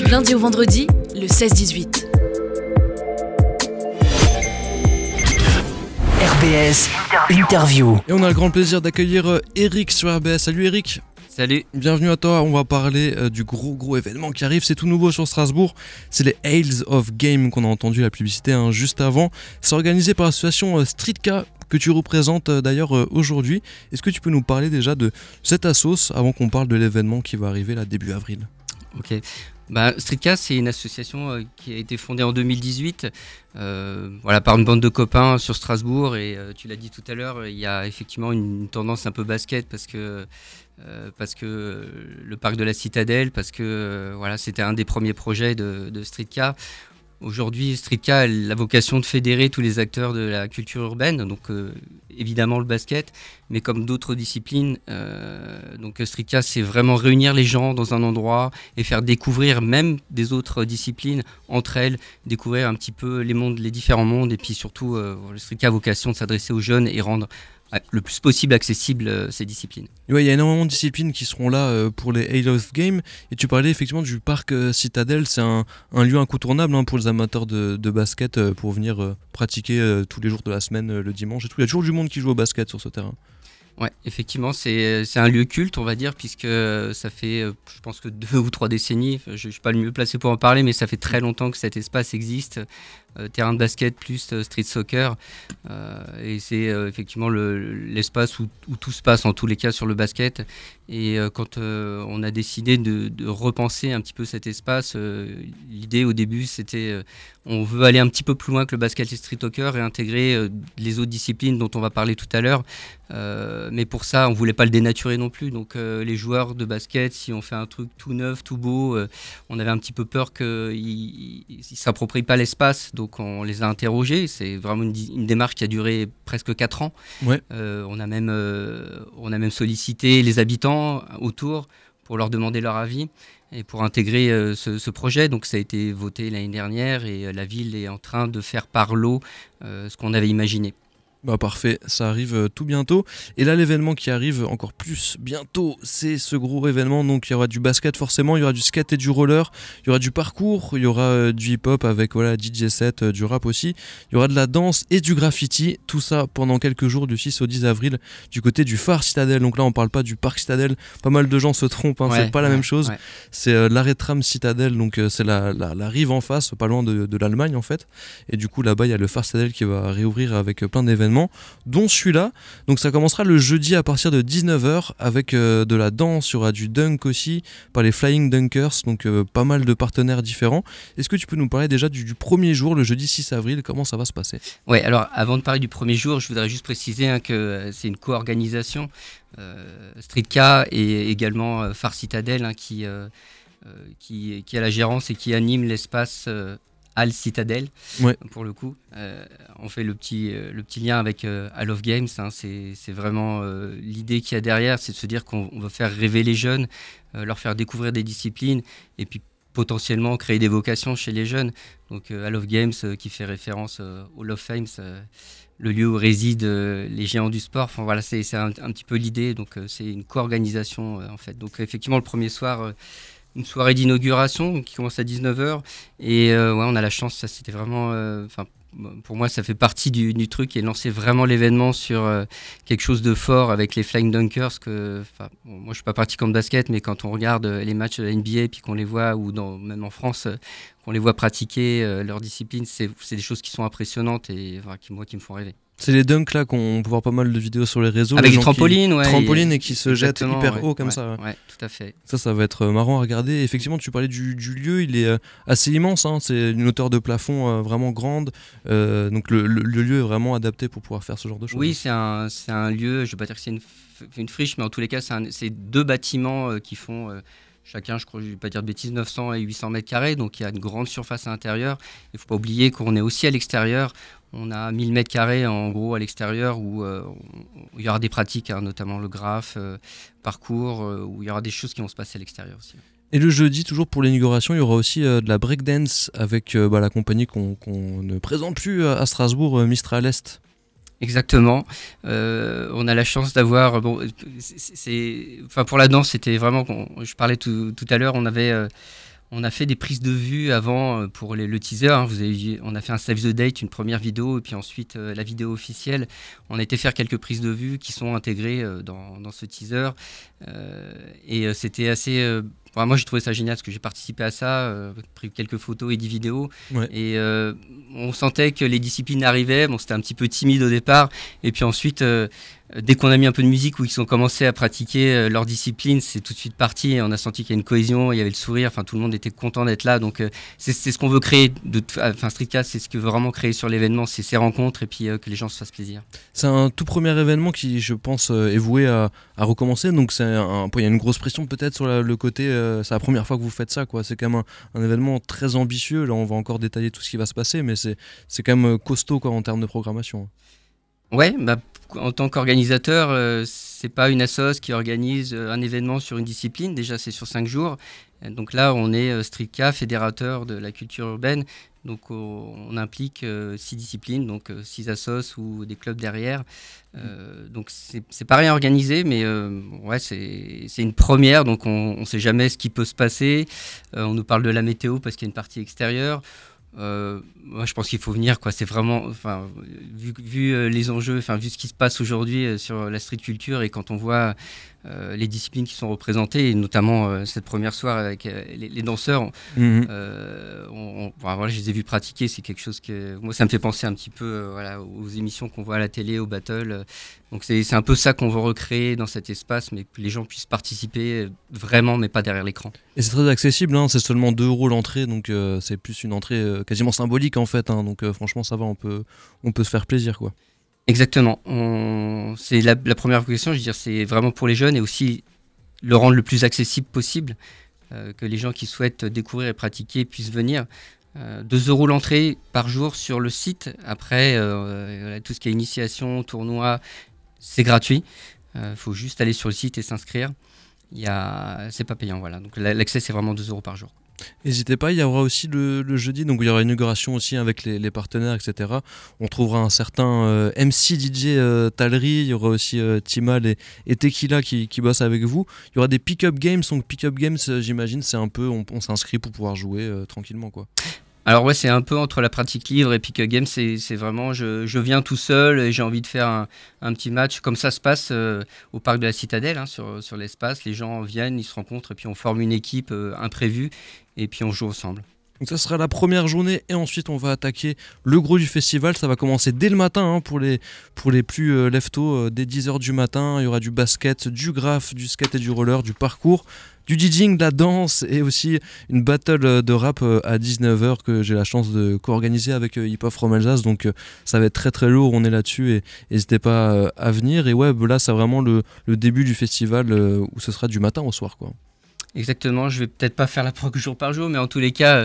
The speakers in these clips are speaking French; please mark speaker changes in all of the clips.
Speaker 1: Du lundi au vendredi, le 16-18.
Speaker 2: RBS Interview.
Speaker 3: Et on a le grand plaisir d'accueillir Eric sur RBS. Salut Eric.
Speaker 4: Salut.
Speaker 3: Bienvenue à toi, on va parler du gros événement qui arrive, c'est tout nouveau sur Strasbourg, c'est les Ales of Game qu'on a entendu la publicité juste avant. C'est organisé par l'association Streetka que tu représentes d'ailleurs aujourd'hui. Est-ce que tu peux nous parler déjà de cette assoce avant qu'on parle de l'événement qui va arriver là début avril ?
Speaker 4: Ok. Streetka, c'est une association qui a été fondée en 2018 par une bande de copains sur Strasbourg et tu l'as dit tout à l'heure, il y a effectivement une tendance un peu basket parce que le parc de la Citadelle, parce que c'était un des premiers projets de Streetka. Aujourd'hui, Streetka a la vocation de fédérer tous les acteurs de la culture urbaine, donc évidemment le basket, mais comme d'autres disciplines, donc Streetka, c'est vraiment réunir les gens dans un endroit et faire découvrir même des autres disciplines entre elles, découvrir un petit peu les différents mondes, et puis surtout, le Streetka a vocation de s'adresser aux jeunes et rendre le plus possible accessible ces disciplines.
Speaker 3: Ouais, il y a énormément de disciplines qui seront là pour les Ales of Game, et tu parlais effectivement du parc Citadelle, c'est un lieu incontournable pour les amateurs de basket pour venir pratiquer tous les jours de la semaine le dimanche et tout. Il y a toujours du monde qui joue au basket sur ce terrain.
Speaker 4: Ouais, effectivement, c'est un lieu culte, on va dire, puisque ça fait, je pense que 2 ou 3 décennies, je ne suis pas le mieux placé pour en parler, mais ça fait très longtemps que cet espace existe, terrain de basket plus street soccer, et c'est effectivement l'espace où tout se passe, en tous les cas, sur le basket. Et quand on a décidé de repenser un petit peu cet espace, l'idée au début, c'était on veut aller un petit peu plus loin que le basket et le street soccer et intégrer les autres disciplines dont on va parler tout à l'heure. Mais pour ça, on voulait pas le dénaturer non plus. Donc les joueurs de basket, si on fait un truc tout neuf, tout beau, on avait un petit peu peur qu'ils s'approprient pas l'espace. Donc on les a interrogés. C'est vraiment une démarche qui a duré presque 4 ans.
Speaker 3: Ouais.
Speaker 4: On a même sollicité les habitants autour pour leur demander leur avis et pour intégrer ce projet. Donc ça a été voté l'année dernière et la ville est en train de faire par lot ce qu'on avait imaginé.
Speaker 3: Parfait, ça arrive tout bientôt. Et là, l'événement qui arrive encore plus bientôt, c'est ce gros événement. Donc il y aura du basket forcément, il y aura du skate et du roller, il y aura du parcours, il y aura du hip-hop avec DJ set, du rap aussi. Il y aura de la danse et du graffiti. Tout ça pendant quelques jours du 6 au 10 avril du côté du phare Citadelle. Donc là, on parle pas du parc Citadelle. Pas mal de gens se trompent, c'est pas la même chose. Ouais. C'est l'arrêt de tram Citadelle, donc c'est la rive en face, pas loin de l'Allemagne en fait. Et du coup, là-bas, il y a le phare Citadelle qui va réouvrir avec plein d'événements, dont celui-là. Donc ça commencera le jeudi à partir de 19h avec de la danse, il y aura du dunk aussi par les Flying Dunkers, donc pas mal de partenaires différents. Est-ce que tu peux nous parler déjà du premier jour, le jeudi 6 avril, comment ça va se passer ?
Speaker 4: Ouais, alors avant de parler du premier jour, je voudrais juste préciser que c'est une co-organisation, Streetka et également Phare Citadelle qui a la gérance et qui anime l'espace Al Citadelle, ouais. Pour le coup. On fait le petit lien avec Hall of Games. C'est vraiment l'idée qu'il y a derrière, c'est de se dire qu'on va faire rêver les jeunes, leur faire découvrir des disciplines et puis potentiellement créer des vocations chez les jeunes. Donc Hall of Games qui fait référence au Hall of Fame, le lieu où résident les géants du sport. Enfin, voilà, c'est un petit peu l'idée. Donc c'est une co-organisation en fait. Donc effectivement, le premier soir... une soirée d'inauguration qui commence à 19h et on a la chance, ça c'était vraiment pour moi ça fait partie du truc et lancer vraiment l'événement sur quelque chose de fort avec les Flying Dunkers moi je suis pas pratiquant de basket, mais quand on regarde les matchs de la NBA puis qu'on les voit, ou même en France qu'on les voit pratiquer leur discipline, c'est des choses qui sont impressionnantes et qui me font rêver.
Speaker 3: C'est les dunks là qu'on peut voir pas mal de vidéos sur les réseaux.
Speaker 4: Avec des trampolines,
Speaker 3: trampolines et qui se jettent hyper haut comme ça.
Speaker 4: Ouais, tout à fait.
Speaker 3: Ça va être marrant à regarder. Effectivement, tu parlais du lieu, il est assez immense. C'est une hauteur de plafond vraiment grande. Donc le lieu est vraiment adapté pour pouvoir faire ce genre de choses.
Speaker 4: Oui, c'est un lieu, je ne vais pas dire que c'est une friche, mais en tous les cas, c'est 2 bâtiments qui font... chacun, je crois, je ne vais pas dire de bêtises, 900 et 800 mètres carrés, donc il y a une grande surface à l'intérieur. Il ne faut pas oublier qu'on est aussi à l'extérieur. On a 1000 mètres carrés en gros à l'extérieur où il y aura des pratiques, notamment le graphe, parcours, où il y aura des choses qui vont se passer à l'extérieur aussi.
Speaker 3: Et le jeudi, toujours pour l'inauguration, il y aura aussi de la breakdance avec la compagnie qu'on ne présente plus à Strasbourg, Mistral Est.
Speaker 4: Exactement. On a la chance d'avoir... pour la danse, c'était vraiment... Je parlais tout à l'heure, on On a fait des prises de vue avant pour le teaser. On a fait un Save the Date, une première vidéo, et puis ensuite la vidéo officielle. On a été faire quelques prises de vue qui sont intégrées dans ce teaser. Et c'était assez... moi, j'ai trouvé ça génial parce que j'ai participé à ça, pris quelques photos et 10 vidéos.
Speaker 3: Ouais.
Speaker 4: Et on sentait que les disciplines arrivaient. Bon, c'était un petit peu timide au départ. Et puis ensuite, dès qu'on a mis un peu de musique, où ils ont commencé à pratiquer leur discipline, c'est tout de suite parti. Et on a senti qu'il y a une cohésion, il y avait le sourire. Enfin, tout le monde était content d'être là. Donc, c'est ce qu'on veut créer. Streetcast, c'est ce que veut vraiment créer sur l'événement. C'est ces rencontres et puis que les gens se fassent plaisir.
Speaker 3: C'est un tout premier événement qui, je pense, est voué à recommencer. Donc, il y a une grosse pression peut-être sur le côté... c'est la première fois que vous faites ça, quoi. C'est quand même un événement très ambitieux. Là, on va encore détailler tout ce qui va se passer, mais c'est quand même costaud, quoi, en termes de programmation.
Speaker 4: Ouais, en tant qu'organisateur, c'est pas une assoce qui organise un événement sur une discipline. Déjà, c'est sur 5 jours. Donc là, on est Streetca, fédérateur de la culture urbaine. Donc on implique 6 disciplines, donc 6 assos ou des clubs derrière. Donc c'est pas rien organisé, mais ouais, c'est une première. Donc on sait jamais ce qui peut se passer. On nous parle de la météo parce qu'il y a une partie extérieure. Moi, je pense qu'il faut venir, quoi. C'est vraiment, vu les enjeux, vu ce qui se passe aujourd'hui sur la street culture, et quand on voit les disciplines qui sont représentées, et notamment cette première soirée avec les danseurs, voilà, je les ai vus pratiquer. C'est quelque chose que moi, ça me fait penser un petit peu aux émissions qu'on voit à la télé, aux battles. Donc c'est un peu ça qu'on veut recréer dans cet espace, mais que les gens puissent participer vraiment, mais pas derrière l'écran.
Speaker 3: Et c'est très accessible, hein, c'est seulement 2 € l'entrée, donc c'est plus une entrée quasiment symbolique en fait, hein, donc franchement ça va, on peut se faire plaisir, quoi.
Speaker 4: Exactement, c'est la première question, je veux dire, c'est vraiment pour les jeunes et aussi le rendre le plus accessible possible, que les gens qui souhaitent découvrir et pratiquer puissent venir. 2 € l'entrée par jour sur le site. Après, tout ce qui est initiation, tournoi, c'est gratuit. Faut juste aller sur le site et s'inscrire. C'est pas payant, voilà. Donc l'accès, c'est vraiment 2 € par jour.
Speaker 3: N'hésitez pas, il y aura aussi le jeudi, donc il y aura une inauguration aussi avec les partenaires, etc. On trouvera un certain MC DJ Talry, il y aura aussi Timal et Tequila qui bossent avec vous. Il y aura des pick-up games, donc pick-up games, j'imagine, c'est un peu, on s'inscrit pour pouvoir jouer tranquillement, quoi.
Speaker 4: Alors ouais, c'est un peu entre la pratique libre et pick-up game, c'est vraiment je viens tout seul et j'ai envie de faire un petit match. Comme ça se passe au parc de la Citadelle, hein, sur l'espace. Les gens viennent, ils se rencontrent et puis on forme une équipe imprévue et puis on joue ensemble.
Speaker 3: Donc ça sera la première journée et ensuite on va attaquer le gros du festival. Ça va commencer dès le matin, hein, pour les plus lève-tôt, dès 10h du matin. Il y aura du basket, du graph, du skate et du roller, du parcours, du DJing, de la danse et aussi une battle de rap à 19h que j'ai la chance de co-organiser avec Hip Hop From Alsace. Donc ça va être très très lourd, on est là-dessus et n'hésitez pas à venir. Et ouais, là c'est vraiment le début du festival où ce sera du matin au soir, quoi.
Speaker 4: Exactement, je vais peut-être pas faire la prog jour par jour, mais en tous les cas,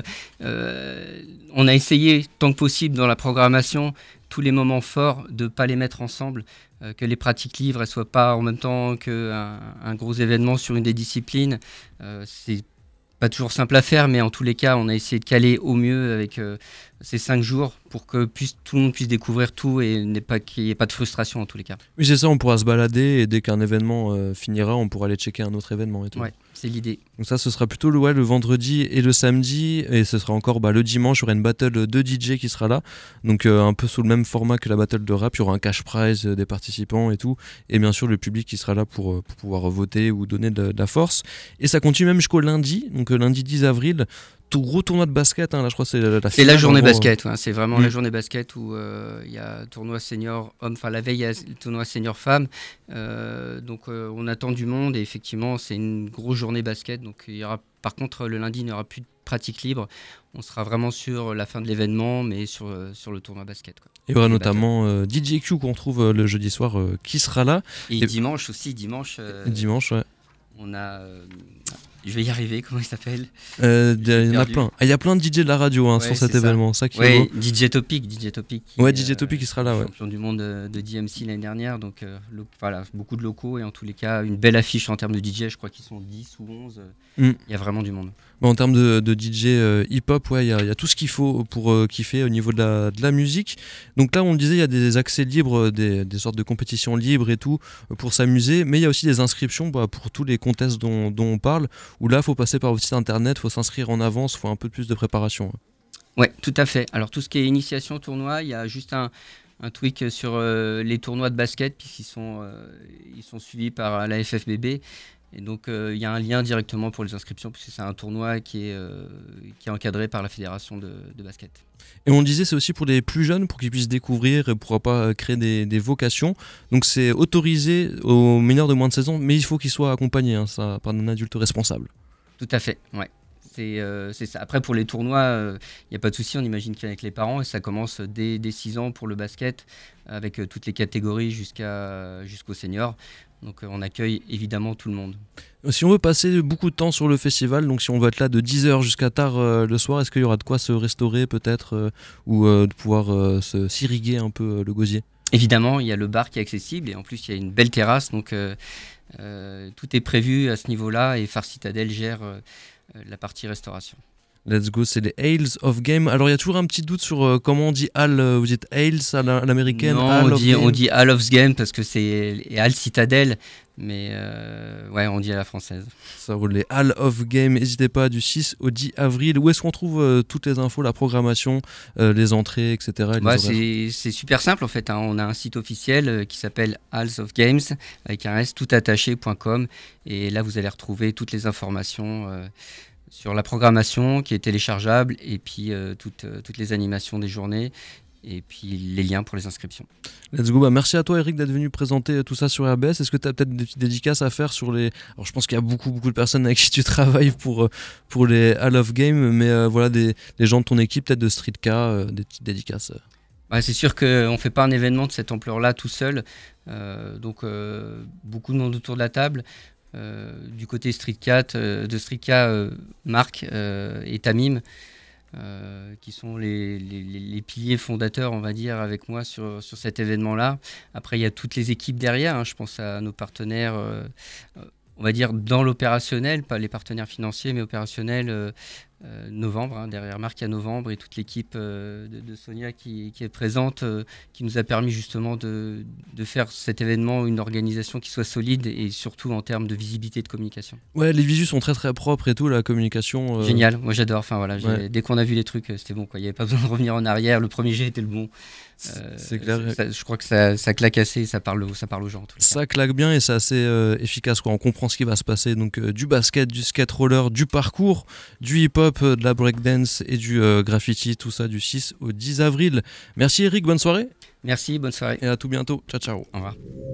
Speaker 4: on a essayé tant que possible dans la programmation, tous les moments forts, de ne pas les mettre ensemble, que les pratiques libres ne soient pas en même temps qu'un gros événement sur une des disciplines. C'est pas toujours simple à faire, mais en tous les cas, on a essayé de caler au mieux avec ces 5 jours pour que tout le monde puisse découvrir tout et qu'il n'y ait pas de frustration en tous les cas.
Speaker 3: Oui, c'est ça, on pourra se balader et dès qu'un événement finira, on pourra aller checker un autre événement et tout.
Speaker 4: Ouais, c'est l'idée.
Speaker 3: Donc ça, ce sera plutôt le vendredi et le samedi, et ce sera encore le dimanche, il y aura une battle de DJ qui sera là, donc un peu sous le même format que la battle de rap. Il y aura un cash prize des participants et tout, et bien sûr le public qui sera là pour pouvoir voter ou donner de la force. Et ça continue même jusqu'au lundi, donc lundi 10 avril, tout gros tournoi de basket, hein, là je crois que c'est la
Speaker 4: journée basket, ouais, c'est vraiment la journée basket où il y a tournoi senior homme, la veille il y a le tournoi senior femme, donc on attend du monde et effectivement c'est une grosse journée basket. Donc il y aura, par contre le lundi il n'y aura plus de pratique libre, on sera vraiment sur la fin de l'événement mais sur le tournoi basket, quoi.
Speaker 3: Il y aura notamment DJ Q qu'on trouve le jeudi soir qui sera là.
Speaker 4: Et dimanche aussi,
Speaker 3: dimanche ouais.
Speaker 4: On a... je vais y arriver, comment il s'appelle ?
Speaker 3: Il y en a plein. Il y a plein de DJ de la radio, hein, sur cet événement. Ça
Speaker 4: ouais, DJ Topic.
Speaker 3: Ouais, DJ Topic qui sera là. Ouais.
Speaker 4: Champion du monde de DMC l'année dernière. Donc voilà, beaucoup de locaux et en tous les cas, une belle affiche en termes de DJ. Je crois qu'ils sont 10 ou 11. Il y a vraiment du monde.
Speaker 3: Bon, en termes de DJ hip-hop, ouais, il y a tout ce qu'il faut pour kiffer au niveau de la musique. Donc là, on le disait, il y a des accès libres, des sortes de compétitions libres et tout pour s'amuser. Mais il y a aussi des inscriptions pour tous les contests dont on parle, où là, il faut passer par votre site internet, il faut s'inscrire en avance, il faut un peu plus de préparation.
Speaker 4: Oui, tout à fait. Alors tout ce qui est initiation tournoi, il y a juste un tweak sur les tournois de basket, puisqu'ils sont suivis par la FFBB. Et donc il y a un lien directement pour les inscriptions, puisque c'est un tournoi qui est encadré par la fédération de basket.
Speaker 3: Et on disait c'est aussi pour les plus jeunes, pour qu'ils puissent découvrir et pourquoi pas créer des vocations. Donc c'est autorisé aux mineurs de moins de 16 ans, mais il faut qu'ils soient accompagnés ça, par un adulte responsable.
Speaker 4: Tout à fait, ouais. C'est ça. Après, pour les tournois, il n'y a pas de souci, on imagine qu'avec les parents, et ça commence dès 6 ans pour le basket, avec toutes les catégories jusqu'aux seniors. Donc on accueille évidemment tout le monde.
Speaker 3: Si on veut passer beaucoup de temps sur le festival, donc si on veut être là de 10h jusqu'à tard le soir, est-ce qu'il y aura de quoi se restaurer peut-être ou de pouvoir s'irriguer un peu le gosier ?
Speaker 4: Évidemment, il y a le bar qui est accessible et en plus il y a une belle terrasse, donc tout est prévu à ce niveau-là et Phare Citadel gère la partie restauration.
Speaker 3: Let's go, c'est les Ales of Game. Alors il y a toujours un petit doute sur comment on dit Hall, vous dites Ales à l'américaine?
Speaker 4: Non, on dit Hall of Game parce que c'est Hall Citadel, mais ouais, on dit à la française.
Speaker 3: Ça roule, les Hall of Game, n'hésitez pas, du 6 au 10 avril. Où est-ce qu'on trouve toutes les infos, la programmation, les entrées, etc.
Speaker 4: C'est super simple en fait, on a un site officiel qui s'appelle Halls of Games, avec un S toutattaché.com, et là vous allez retrouver toutes les informations sur la programmation qui est téléchargeable, et puis toutes les animations des journées, et puis les liens pour les inscriptions.
Speaker 3: Let's go, merci à toi Eric d'être venu présenter tout ça sur RBS. Est-ce que tu as peut-être des petites dédicaces à faire sur les... Alors je pense qu'il y a beaucoup de personnes avec qui tu travailles pour les Hall of Game, mais voilà, des gens de ton équipe, peut-être de Streetca, des petites dédicaces.
Speaker 4: Ouais, c'est sûr qu'on ne fait pas un événement de cette ampleur-là tout seul, donc beaucoup de monde autour de la table. Du côté Streetca, Marc et Tamim, qui sont les piliers fondateurs, on va dire, avec moi sur cet événement-là. Après, il y a toutes les équipes derrière, je pense à nos partenaires, on va dire dans l'opérationnel, pas les partenaires financiers, mais opérationnels. Novembre, derrière Marc, il y a Novembre et toute l'équipe de Sonia qui est présente, qui nous a permis justement de faire cet événement une organisation qui soit solide et surtout en termes de visibilité et de communication.
Speaker 3: Ouais, les visus sont très très propres et tout, la communication...
Speaker 4: Génial, moi j'adore, enfin voilà, dès qu'on a vu les trucs, c'était bon, quoi. Il n'y avait pas besoin de revenir en arrière, le premier jet était le bon.
Speaker 3: C'est clair.
Speaker 4: Je crois que ça claque assez, ça parle aux gens.
Speaker 3: Ça claque bien et c'est assez efficace, quoi. On comprend ce qui va se passer. Donc du basket, du skate roller, du parcours, du hip-hop, de la breakdance et du graffiti, tout ça du 6 au 10 avril. Merci Eric, bonne soirée.
Speaker 4: Merci, bonne soirée.
Speaker 3: Et à tout bientôt. Ciao, ciao.
Speaker 4: Au revoir.